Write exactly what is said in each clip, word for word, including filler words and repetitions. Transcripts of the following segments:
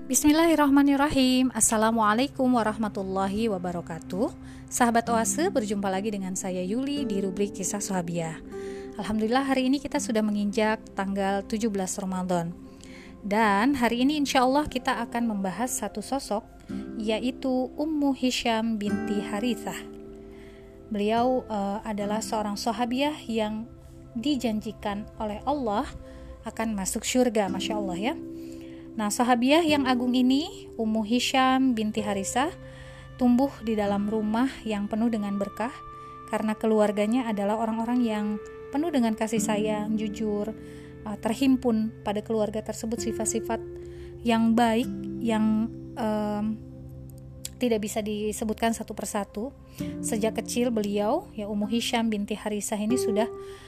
Bismillahirrahmanirrahim. Assalamualaikum warahmatullahi wabarakatuh. Sahabat Oase, berjumpa lagi dengan saya Yuli di rubrik Kisah Sahabiah. Alhamdulillah hari ini kita sudah menginjak tanggal tujuh belas Ramadan. Dan hari ini insya Allah kita akan membahas satu sosok, yaitu Ummu Hisyam binti Harithah. Beliau uh, adalah seorang sahabiah yang dijanjikan oleh Allah akan masuk surga, Masya Allah ya. Nah, sahabiah yang agung ini, Ummu Hisyam binti Harithah, tumbuh di dalam rumah yang penuh dengan berkah karena keluarganya adalah orang-orang yang penuh dengan kasih sayang, jujur, terhimpun pada keluarga tersebut sifat-sifat yang baik yang um, tidak bisa disebutkan satu persatu. Sejak kecil beliau, ya Ummu Hisyam binti Harithah ini sudah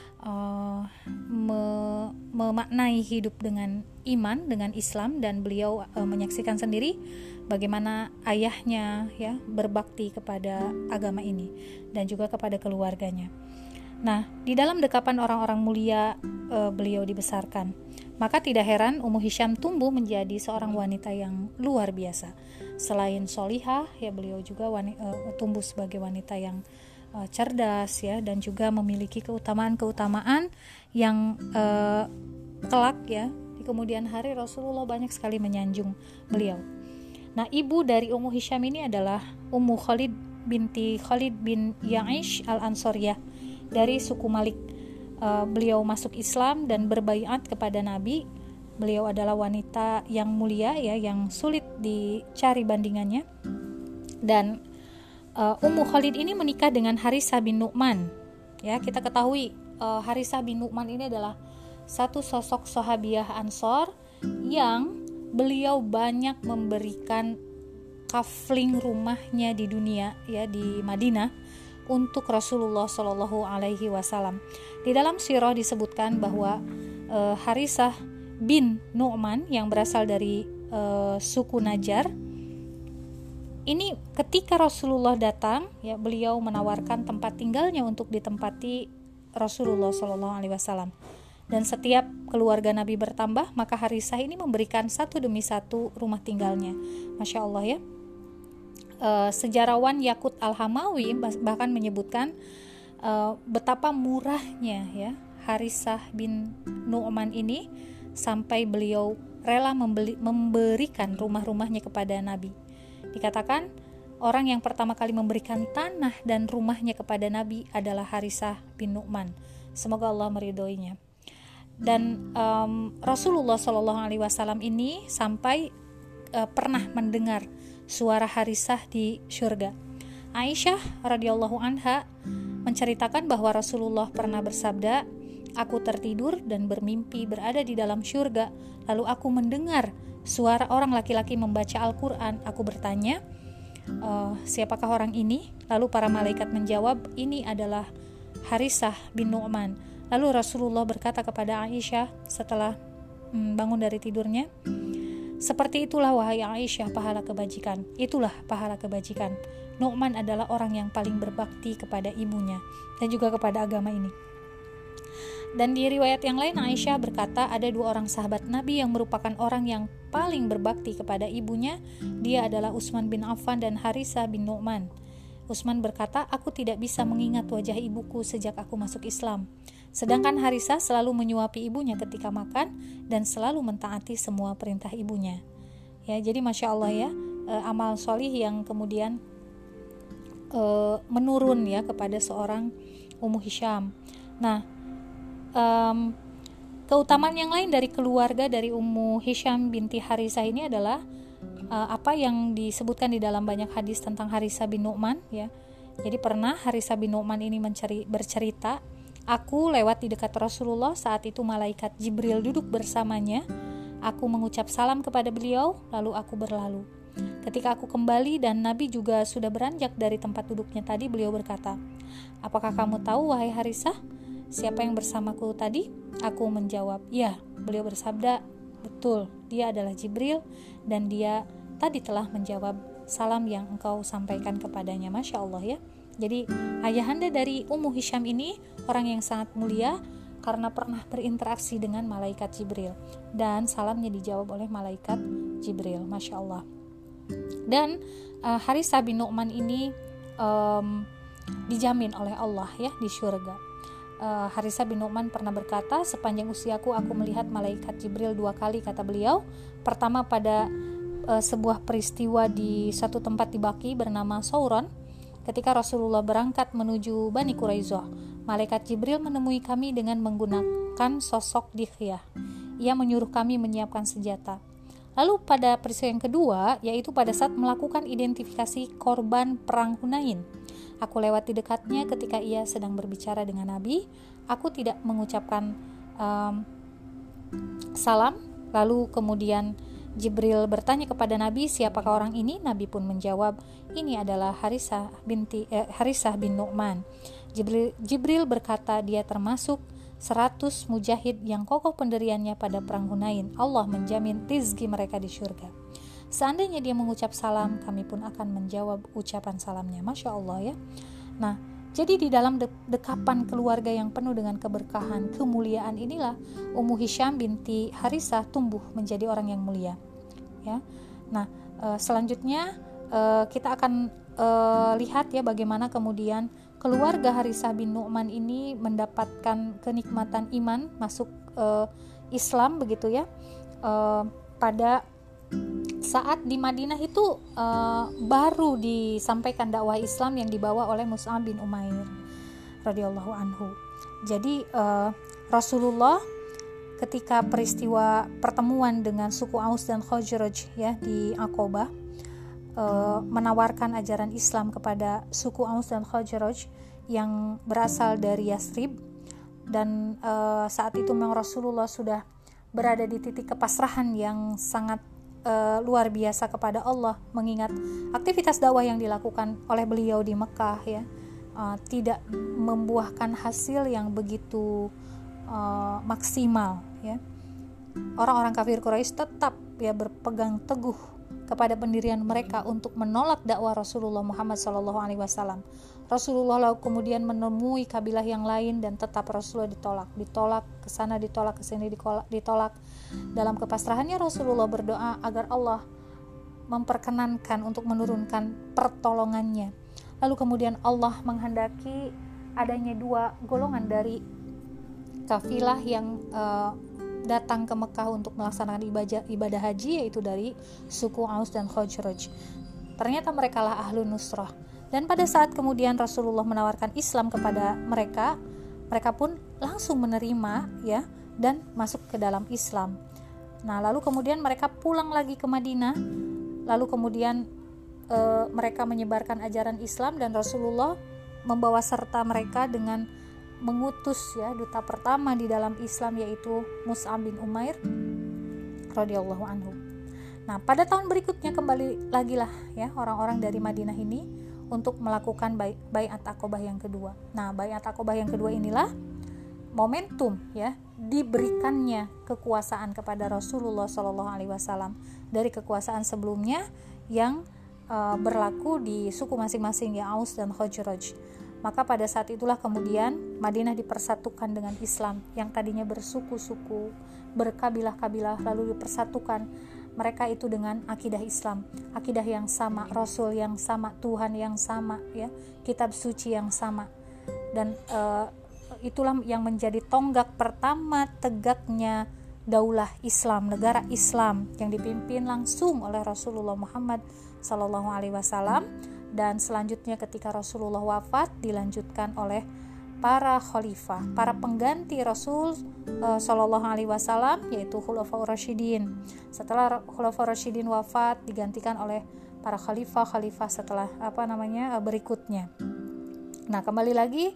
uh, me- memaknai hidup dengan iman, dengan Islam, dan beliau uh, menyaksikan sendiri bagaimana ayahnya ya berbakti kepada agama ini dan juga kepada keluarganya. Nah, di dalam dekapan orang-orang mulia uh, beliau dibesarkan. Maka tidak heran Ummu Hisyam tumbuh menjadi seorang wanita yang luar biasa. Selain solihah, ya beliau juga wanita, uh, tumbuh sebagai wanita yang uh, cerdas ya, dan juga memiliki keutamaan-keutamaan yang uh, kelak ya di kemudian hari Rasulullah banyak sekali menyanjung beliau. Nah, ibu dari Ummu Hisyam ini adalah Ummu Khalid binti Khalid bin Ya'ish al-Ansariyah dari suku Malik. Uh, beliau masuk Islam dan berbaiat kepada Nabi. Beliau adalah wanita yang mulia ya, yang sulit dicari bandingannya. Dan uh, Ummu Khalid ini menikah dengan Harithah bin Nu'man. Ya, kita ketahui uh, Harithah bin Nu'man ini adalah satu sosok sahabiah Ansor yang beliau banyak memberikan kafling rumahnya di dunia ya, di Madinah untuk Rasulullah Shallallahu Alaihi Wasallam. Di dalam sirah disebutkan bahwa e, Harithah bin Nu'man yang berasal dari e, suku Najjar ini ketika Rasulullah datang, ya beliau menawarkan tempat tinggalnya untuk ditempati Rasulullah Shallallahu Alaihi Wasallam. Dan setiap keluarga Nabi bertambah, maka Harithah ini memberikan satu demi satu rumah tinggalnya. Masya Allah ya. Uh, sejarawan Yakut Al-Hamawi bahkan menyebutkan uh, betapa murahnya ya Harithah bin Nu'man ini sampai beliau rela membeli, memberikan rumah-rumahnya kepada Nabi. Dikatakan orang yang pertama kali memberikan tanah dan rumahnya kepada Nabi adalah Harithah bin Nu'man. Semoga Allah meridhoinya. Dan um, Rasulullah Shallallahu Alaihi Wasallam ini sampai uh, pernah mendengar suara Harithah di surga. Aisyah radhiyallahu anha menceritakan bahwa Rasulullah pernah bersabda, "Aku tertidur dan bermimpi berada di dalam surga, lalu aku mendengar suara orang laki-laki membaca Al-Quran. Aku bertanya, e, siapakah orang ini? Lalu para malaikat menjawab, ini adalah Harithah bin Nu'man." Lalu Rasulullah berkata kepada Aisyah setelah hmm, bangun dari tidurnya, "Seperti itulah wahai Aisyah pahala kebajikan. Itulah pahala kebajikan. Nu'man adalah orang yang paling berbakti kepada ibunya dan juga kepada agama ini." Dan di riwayat yang lain Aisyah berkata ada dua orang sahabat Nabi yang merupakan orang yang paling berbakti kepada ibunya. Dia adalah Utsman bin Affan dan Harithah bin Nu'man. Utsman berkata, "Aku tidak bisa mengingat wajah ibuku sejak aku masuk Islam." Sedangkan Harithah selalu menyuapi ibunya ketika makan dan selalu mentaati semua perintah ibunya. Ya, jadi Masya Allah ya, e, amal solih yang kemudian e, menurun ya kepada seorang Ummu Hisyam. Nah, um, keutamaan yang lain dari keluarga dari Ummu Hisyam binti Harithah ini adalah uh, apa yang disebutkan di dalam banyak hadis tentang Harithah bin Nu'man ya. Jadi pernah Harithah bin Nu'man ini menceri, bercerita, "Aku lewat di dekat Rasulullah, saat itu malaikat Jibril duduk bersamanya. Aku mengucap salam kepada beliau, lalu aku berlalu. Ketika aku kembali dan Nabi juga sudah beranjak dari tempat duduknya tadi, beliau berkata, 'Apakah kamu tahu wahai Harithah, siapa yang bersamaku tadi?' Aku menjawab, 'Ya.' Beliau bersabda, 'Betul, dia adalah Jibril dan dia tadi telah menjawab salam yang engkau sampaikan kepadanya.'" Masya Allah ya. Jadi ayahanda dari Ummu Hisyam ini orang yang sangat mulia karena pernah berinteraksi dengan malaikat Jibril dan salamnya dijawab oleh malaikat Jibril, Masya Allah. Dan uh, Harisah bin Nu'man ini um, dijamin oleh Allah ya di syurga. uh, Harisah bin Nu'man pernah berkata, sepanjang usiaku aku melihat malaikat Jibril dua kali, kata beliau. Pertama pada uh, sebuah peristiwa di satu tempat di Baqi bernama Sauron, ketika Rasulullah berangkat menuju Bani Quraisyah. Malaikat Jibril menemui kami dengan menggunakan sosok Dihiyah. Ia menyuruh kami menyiapkan senjata. Lalu pada peristiwa yang kedua, yaitu pada saat melakukan identifikasi korban perang Hunain. Aku lewat di dekatnya ketika ia sedang berbicara dengan Nabi. Aku tidak mengucapkan um, salam. Lalu kemudian Jibril bertanya kepada Nabi, siapakah orang ini? Nabi pun menjawab, ini adalah Harisah, binti, eh, Harisah bin Nu'man. Jibril, Jibril berkata, dia termasuk seratus mujahid yang kokoh pendiriannya pada perang Hunain. Allah menjamin rizki mereka di syurga. Seandainya dia mengucap salam, kami pun akan menjawab ucapan salamnya. Masya Allah ya. Nah, jadi di dalam de- dekapan keluarga yang penuh dengan keberkahan, kemuliaan inilah Ummu Hisyam binti Harisah tumbuh menjadi orang yang mulia. Ya. Nah, e, selanjutnya e, kita akan e, lihat ya bagaimana kemudian keluarga Harisah bin Nu'man ini mendapatkan kenikmatan iman, masuk uh, Islam begitu ya. Uh, pada saat di Madinah itu uh, baru disampaikan dakwah Islam yang dibawa oleh Mus'ab bin Umair radhiyallahu anhu. Jadi uh, Rasulullah ketika peristiwa pertemuan dengan suku Aus dan Khazraj ya di Aqabah, Uh, menawarkan ajaran Islam kepada suku Aus dan Khazraj yang berasal dari Yasrib. Dan uh, saat itu memang Rasulullah sudah berada di titik kepasrahan yang sangat uh, luar biasa kepada Allah, mengingat aktivitas dakwah yang dilakukan oleh beliau di Mekah ya uh, tidak membuahkan hasil yang begitu uh, maksimal ya. Orang-orang kafir Quraisy tetap ya berpegang teguh kepada pendirian mereka untuk menolak dakwah Rasulullah Muhammad shallallahu alaihi wasallam. Rasulullah lalu kemudian menemui kabilah yang lain dan tetap Rasulullah ditolak, ditolak ke sana, ditolak ke sini, ditolak. Dalam kepasrahannya Rasulullah berdoa agar Allah memperkenankan untuk menurunkan pertolongannya. Lalu kemudian Allah menghendaki adanya dua golongan dari kafilah yang uh, datang ke Mekah untuk melaksanakan ibadah, ibadah haji, yaitu dari suku Aus dan Khazraj. Ternyata mereka lah ahlu nusrah. Dan pada saat kemudian Rasulullah menawarkan Islam kepada mereka, mereka pun langsung menerima ya dan masuk ke dalam Islam. Nah, lalu kemudian mereka pulang lagi ke Madinah. Lalu kemudian e, mereka menyebarkan ajaran Islam dan Rasulullah membawa serta mereka dengan mengutus ya duta pertama di dalam Islam, yaitu Mus'ab bin Umair radhiyallahu anhu. Nah, pada tahun berikutnya kembali lagi lah ya orang-orang dari Madinah ini untuk melakukan bai- baiat Aqabah yang kedua. Nah, baiat Aqabah yang kedua inilah momentum ya diberikannya kekuasaan kepada Rasulullah shallallahu alaihi wasallam dari kekuasaan sebelumnya yang uh, berlaku di suku masing-masing ya Aus dan Khazraj. Maka pada saat itulah kemudian Madinah dipersatukan dengan Islam yang tadinya bersuku-suku, berkabilah-kabilah, lalu dipersatukan mereka itu dengan akidah Islam, akidah yang sama, Rasul yang sama, Tuhan yang sama, ya, kitab suci yang sama. Dan uh, itulah yang menjadi tonggak pertama tegaknya daulah Islam, negara Islam yang dipimpin langsung oleh Rasulullah Muhammad sallallahu alaihi wasallam. Dan selanjutnya ketika Rasulullah wafat dilanjutkan oleh para khalifah, para pengganti Rasul uh, sallallahu alaihi wasallam, yaitu Khulafaur Rasyidin. Setelah Khulafaur Rasyidin wafat digantikan oleh para khalifah-khalifah setelah apa namanya uh, berikutnya. Nah, kembali lagi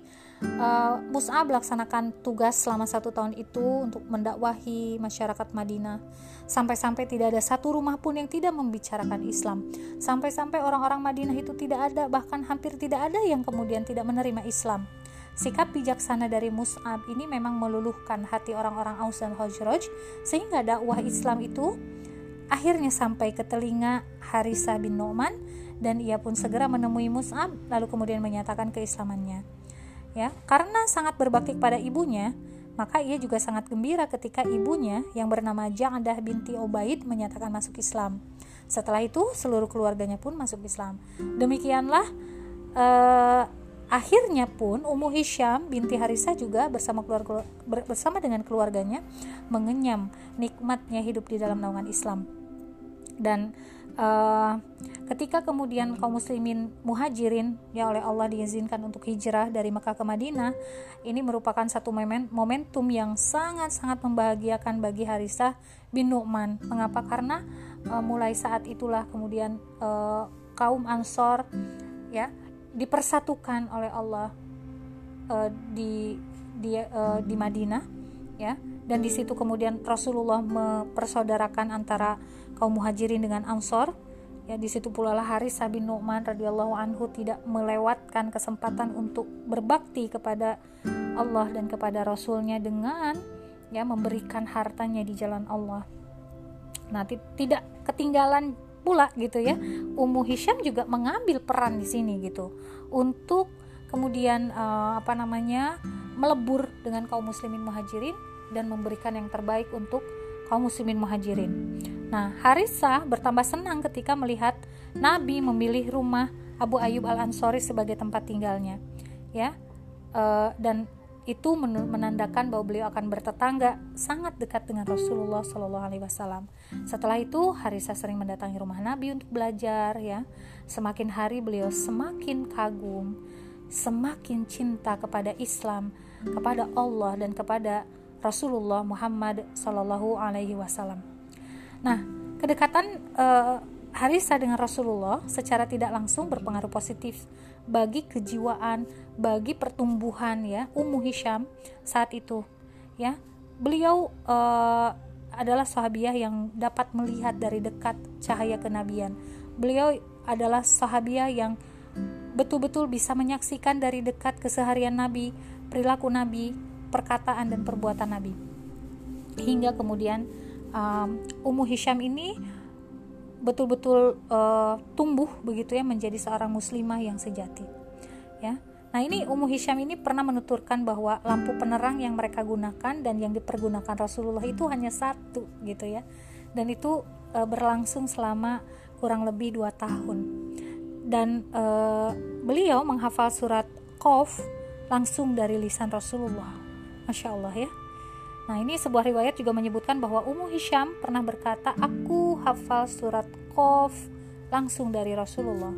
uh, Mus'ab melaksanakan tugas selama satu tahun itu untuk mendakwahi masyarakat Madinah. Sampai-sampai tidak ada satu rumah pun yang tidak membicarakan Islam. Sampai-sampai orang-orang Madinah itu tidak ada, bahkan hampir tidak ada yang kemudian tidak menerima Islam. Sikap bijaksana dari Mus'ab ini memang meluluhkan hati orang-orang Aus dan Khazraj, sehingga dakwah Islam itu akhirnya sampai ke telinga Harisah bin Nu'man, dan ia pun segera menemui Mus'ab lalu kemudian menyatakan keislamannya. Ya, karena sangat berbakti kepada ibunya, Maka ia juga sangat gembira ketika ibunya yang bernama Ja'dah binti Ubaid menyatakan masuk Islam. Setelah itu seluruh keluarganya pun masuk Islam. Demikianlah uh, akhirnya pun Ummu Hisyam binti Harisah juga bersama keluarga, bersama dengan keluarganya mengenyam nikmatnya hidup di dalam naungan Islam. Dan uh, ketika kemudian kaum muslimin muhajirin ya oleh Allah diizinkan untuk hijrah dari Mekah ke Madinah, ini merupakan satu momentum yang sangat-sangat membahagiakan bagi Harisah bin Nu'man. Mengapa? Karena uh, mulai saat itulah kemudian uh, kaum Ansor ya dipersatukan oleh Allah uh, di di uh, di Madinah ya, dan di situ kemudian Rasulullah mempersaudarakan antara kaum muhajirin dengan Ansor. Ya, di situ pula lah Harisah bin Nu'man radhiyallahu anhu tidak melewatkan kesempatan untuk berbakti kepada Allah dan kepada Rasulnya dengan ya memberikan hartanya di jalan Allah. Nah, t- tidak ketinggalan pula gitu ya. Ummu Hisyam juga mengambil peran di sini gitu untuk kemudian uh, apa namanya melebur dengan kaum muslimin muhajirin dan memberikan yang terbaik untuk kaum muslimin muhajirin. Nah, Harisah bertambah senang ketika melihat Nabi memilih rumah Abu Ayyub Al-Ansori sebagai tempat tinggalnya, ya, e, dan itu menandakan bahwa beliau akan bertetangga sangat dekat dengan Rasulullah Shallallahu Alaihi Wasallam. Setelah itu, Harisah sering mendatangi rumah Nabi untuk belajar, ya. Semakin hari beliau semakin kagum, semakin cinta kepada Islam, kepada Allah dan kepada Rasulullah Muhammad Sallallahu Alaihi Wasallam. Nah, kedekatan uh, Harisah dengan Rasulullah secara tidak langsung berpengaruh positif bagi kejiwaan, bagi pertumbuhan ya Ummu Hisyam saat itu. Ya, beliau uh, adalah sahabiah yang dapat melihat dari dekat cahaya kenabian. Beliau adalah sahabiah yang betul-betul bisa menyaksikan dari dekat keseharian Nabi, perilaku Nabi, perkataan dan perbuatan Nabi. Hingga kemudian um, Ummu Hisyam ini betul-betul uh, tumbuh begitu ya menjadi seorang muslimah yang sejati. Ya. Nah, ini Ummu Hisyam ini pernah menuturkan bahwa lampu penerang yang mereka gunakan dan yang dipergunakan Rasulullah itu hanya satu gitu ya. Dan itu uh, berlangsung selama kurang lebih dua tahun. Dan uh, beliau menghafal surat Qaf langsung dari lisan Rasulullah. Masya Allah ya. Nah, ini sebuah riwayat juga menyebutkan bahwa Ummu Hisyam pernah berkata, aku hafal surat Qaf langsung dari Rasulullah.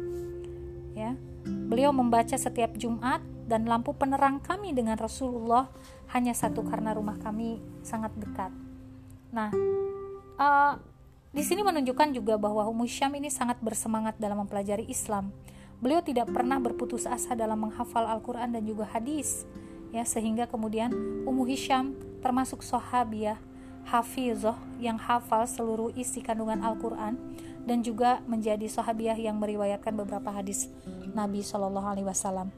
Ya, beliau membaca setiap Jumat dan lampu penerang kami dengan Rasulullah hanya satu karena rumah kami sangat dekat. Nah, uh, di sini menunjukkan juga bahwa Ummu Hisyam ini sangat bersemangat dalam mempelajari Islam. Beliau tidak pernah berputus asa dalam menghafal Al-Quran dan juga hadis. Ya, sehingga kemudian Ummu Hisyam termasuk sahabiah hafizah yang hafal seluruh isi kandungan Al-Quran dan juga menjadi sahabiah yang meriwayatkan beberapa hadis Nabi Shallallahu Alaihi Wasallam.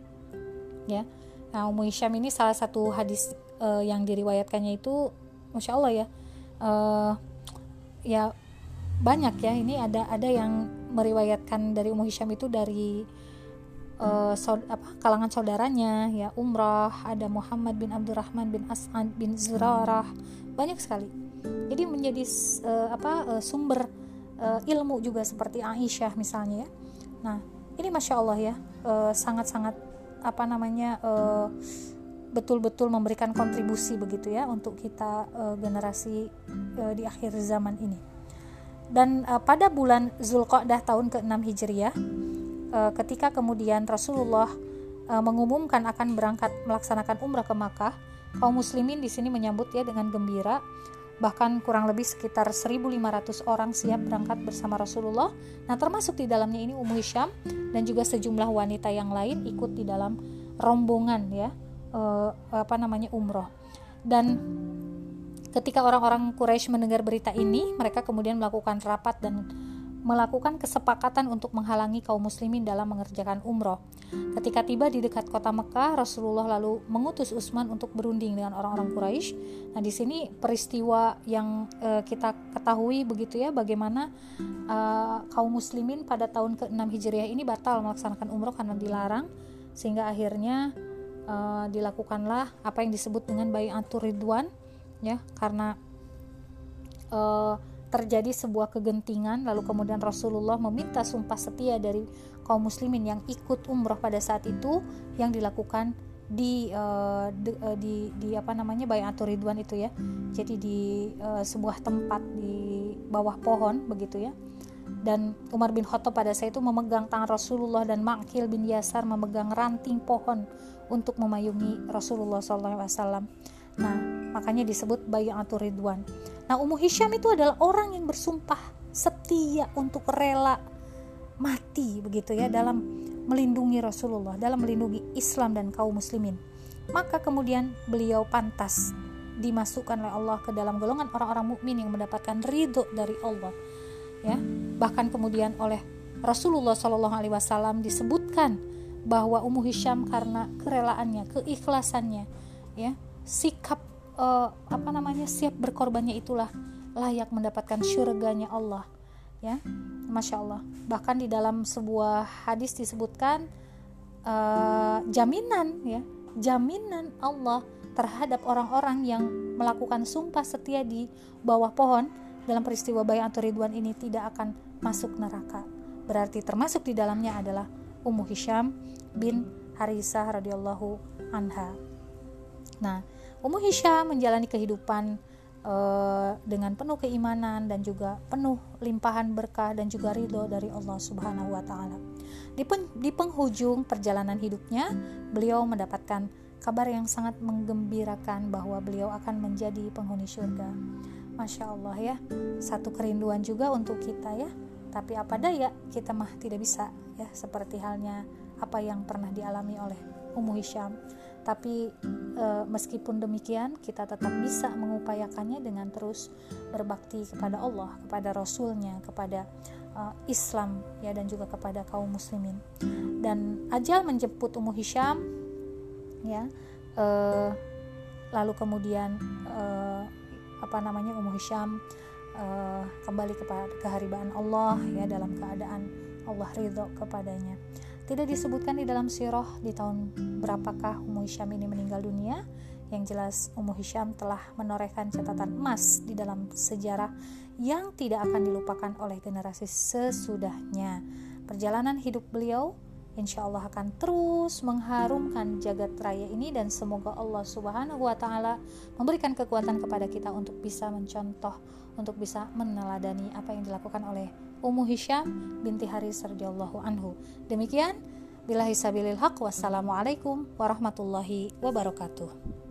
Ya, nah Ummu Hisyam ini salah satu hadis uh, yang diriwayatkannya itu, masya Allah ya, uh, ya banyak ya. Ini ada ada yang meriwayatkan dari Ummu Hisyam itu dari Uh, saud- apa, kalangan saudaranya ya umrah, ada Muhammad bin Abdurrahman bin As'ad bin Zurarah, banyak sekali. Jadi menjadi uh, apa uh, sumber uh, ilmu juga seperti Aisyah misalnya ya. Nah, ini masya Allah ya, uh, sangat-sangat apa namanya uh, betul-betul memberikan kontribusi begitu ya untuk kita uh, generasi uh, di akhir zaman ini. Dan uh, pada bulan Zulqa'dah tahun keenam Hijriah, ketika kemudian Rasulullah uh, mengumumkan akan berangkat melaksanakan umrah ke Makkah, kaum muslimin di sini menyambut ya dengan gembira. Bahkan kurang lebih sekitar seribu lima ratus orang siap berangkat bersama Rasulullah. Nah, termasuk di dalamnya ini Ummu Hisyam dan juga sejumlah wanita yang lain ikut di dalam rombongan ya uh, apa namanya umrah. Dan ketika orang-orang Quraisy mendengar berita ini, mereka kemudian melakukan rapat dan melakukan kesepakatan untuk menghalangi kaum muslimin dalam mengerjakan umroh. Ketika tiba di dekat kota Mekah, Rasulullah lalu mengutus Utsman untuk berunding dengan orang-orang Quraisy. Nah, di sini peristiwa yang uh, kita ketahui begitu ya, bagaimana uh, kaum muslimin pada tahun keenam Hijriah ini batal melaksanakan umroh karena dilarang, sehingga akhirnya uh, dilakukanlah apa yang disebut dengan bai'atur ridwan, ya, karena uh, terjadi sebuah kegentingan, lalu kemudian Rasulullah meminta sumpah setia dari kaum muslimin yang ikut umrah pada saat itu, yang dilakukan di uh, di, uh, di di apa namanya bai'atur ridwan itu, ya. Jadi di uh, sebuah tempat di bawah pohon begitu, ya. Dan Umar bin Khattab pada saat itu memegang tangan Rasulullah dan Ma'qil bin Yasar memegang ranting pohon untuk memayungi Rasulullah shallallahu alaihi wasallam. Nah, makanya disebut bai'atur ridwan. Nah, Ummu Hisyam itu adalah orang yang bersumpah setia untuk rela mati begitu, ya, dalam melindungi Rasulullah, dalam melindungi Islam dan kaum muslimin. Maka kemudian beliau pantas dimasukkan oleh Allah ke dalam golongan orang-orang mukmin yang mendapatkan ridho dari Allah, ya. Bahkan kemudian oleh Rasulullah shallallahu alaihi wasallam disebutkan bahwa Ummu Hisyam karena kerelaannya, keikhlasannya, ya, sikap uh, apa namanya siap berkorbannya itulah layak mendapatkan syurganya Allah, ya. Masya Allah. Bahkan di dalam sebuah hadis disebutkan uh, jaminan, ya, jaminan Allah terhadap orang-orang yang melakukan sumpah setia di bawah pohon dalam peristiwa bai'atur ridwan ini tidak akan masuk neraka. Berarti termasuk di dalamnya adalah Ummu Hisyam bin Harisah radhiyallahu anha. Nah, Ummu Hisyam menjalani kehidupan uh, dengan penuh keimanan dan juga penuh limpahan berkah dan juga ridho dari Allah Subhanahu wa taala. Di, pen, di penghujung perjalanan hidupnya, beliau mendapatkan kabar yang sangat menggembirakan bahwa beliau akan menjadi penghuni surga. Masya Allah, ya, satu kerinduan juga untuk kita, ya. Tapi apa daya, kita mah tidak bisa, ya, seperti halnya apa yang pernah dialami oleh Ummu Hisyam. Tapi e, meskipun demikian, kita tetap bisa mengupayakannya dengan terus berbakti kepada Allah, kepada Rasulnya, kepada e, Islam, ya, dan juga kepada kaum muslimin. Dan ajal menjemput Ummu Hisyam, ya, e, lalu kemudian e, apa namanya Ummu Hisyam uh, kembali kepada keharibaan Allah, ya, dalam keadaan Allah ridho kepadanya. Tidak disebutkan di dalam sirah di tahun berapakah Ummu Hisyam ini meninggal dunia. Yang jelas Ummu Hisyam telah menorehkan catatan emas di dalam sejarah yang tidak akan dilupakan oleh generasi sesudahnya. Perjalanan hidup beliau insya Allah akan terus mengharumkan jagat raya ini, dan semoga Allah Subhanahu wa taala memberikan kekuatan kepada kita untuk bisa mencontoh, untuk bisa meneladani apa yang dilakukan oleh Ummu Hisyam binti Haris radhiyallahu anhu. Demikian, billahi sabilil haq, wassalamualaikum warahmatullahi wabarakatuh.